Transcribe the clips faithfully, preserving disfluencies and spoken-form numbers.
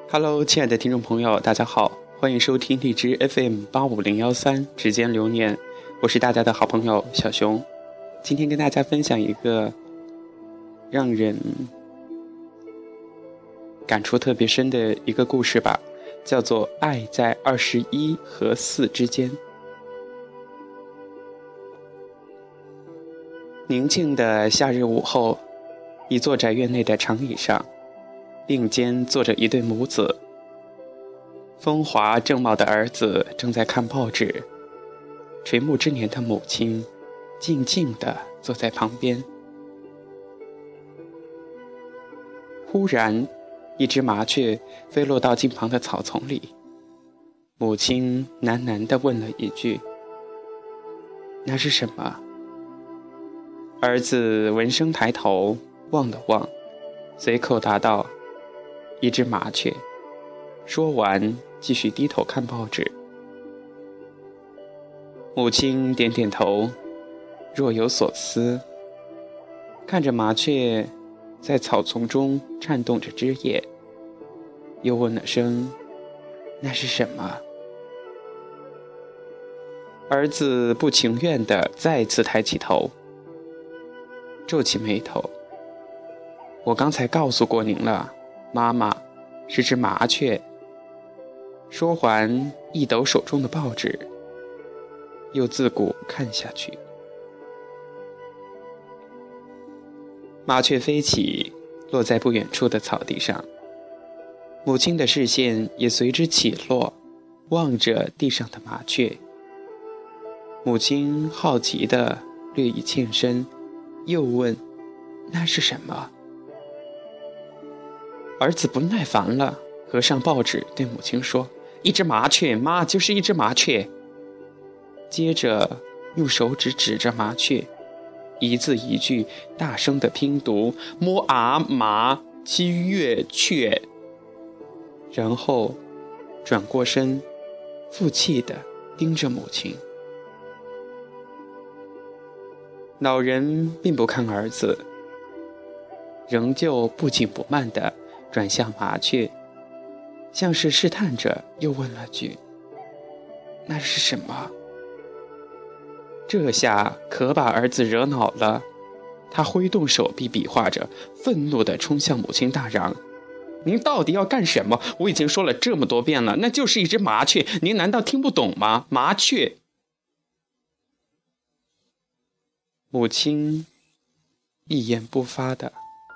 Hello， 亲爱的听众朋友，大家好，欢迎收听荔枝 F M 八五零一三指尖流年，我是大家的好朋友小熊。今天跟大家分享一个让人感触特别深的一个故事吧，叫做《爱在二十一和四之间》。宁静的夏日午后，一座宅院内的长椅上，并肩坐着一对母子。风华正茂的儿子正在看报纸，垂暮之年的母亲静静地坐在旁边。忽然，一只麻雀飞落到近旁的草丛里，母亲喃喃地问了一句：“那是什么？”儿子闻声抬头望了望，随口答道：“一只麻雀。”说完继续低头看报纸。母亲点点头，若有所思，看着麻雀在草丛中颤动着枝叶，又问了声：“那是什么？”儿子不情愿地再次抬起头，皱起眉头：“我刚才告诉过您了，妈妈，是只麻雀。”说完一抖手中的报纸，又自顾看下去。麻雀飞起，落在不远处的草地上，母亲的视线也随之起落，望着地上的麻雀。母亲好奇地略一欠身，又问：“那是什么？”儿子不耐烦了，合上报纸对母亲说：“一只麻雀，妈，就是一只麻雀。”接着用手指指着麻雀，一字一句大声地拼读：“摸啊麻七月雀。”然后转过身，负气地盯着母亲。老人并不看儿子，仍旧不紧不慢地转向麻雀，像是试探着又问了句：“那是什么？”这下可把儿子惹恼了，他挥动手臂比划着，愤怒地冲向母亲大嚷：“您到底要干什么？我已经说了这么多遍了，那就是一只麻雀，您难道听不懂吗？麻雀！”母亲一言不发的。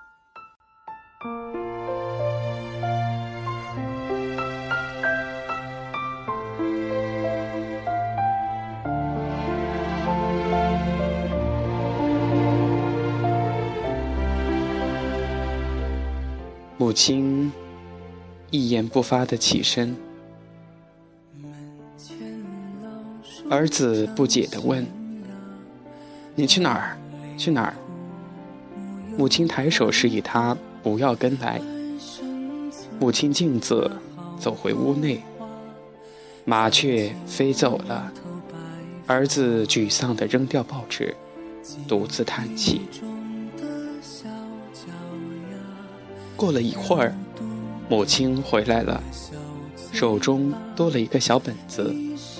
母亲一言不发地起身。儿子不解地问：“你去哪儿？去哪儿？”母亲抬手示意他不要跟来。母亲径自走回屋内。麻雀飞走了，儿子沮丧地扔掉报纸，独自叹气。过了一会儿，母亲回来了，手中多了一个小本子。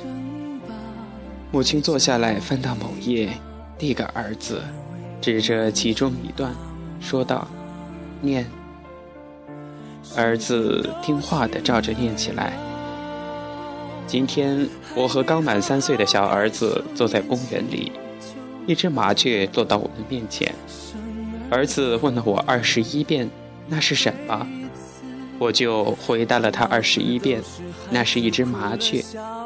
母亲坐下来，翻到某页，递给儿子，指着其中一段，说道：“念。”儿子听话地照着念起来。今天我和刚满三岁的小儿子坐在公园里，一只麻雀落到我们面前。儿子问了我二十一遍那是什么，我就回答了他二十一遍，那是一只麻雀。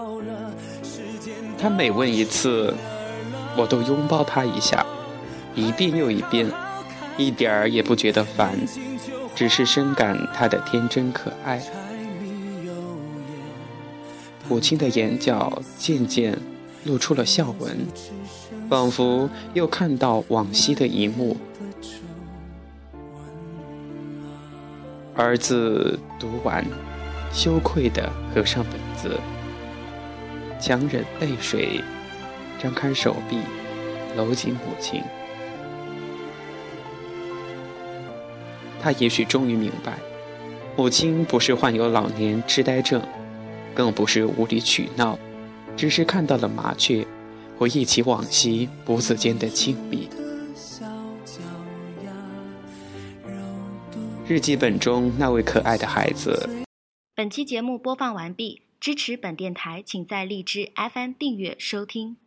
他每问一次，我都拥抱他一下，一遍又一遍，一点儿也不觉得烦，只是深感他的天真可爱。母亲的眼角渐渐露出了笑纹，仿佛又看到往昔的一幕。儿子读完，羞愧地合上本子，强忍泪水，张开手臂，搂紧母亲。他也许终于明白， 母亲不是患有老年痴呆症，更不是无理取闹，只是看到了麻雀，回忆起往昔母子间的亲密。日记本中那位可爱的孩子。 本期节目播放完毕，支持本电台请在荔枝 F M 订阅收听。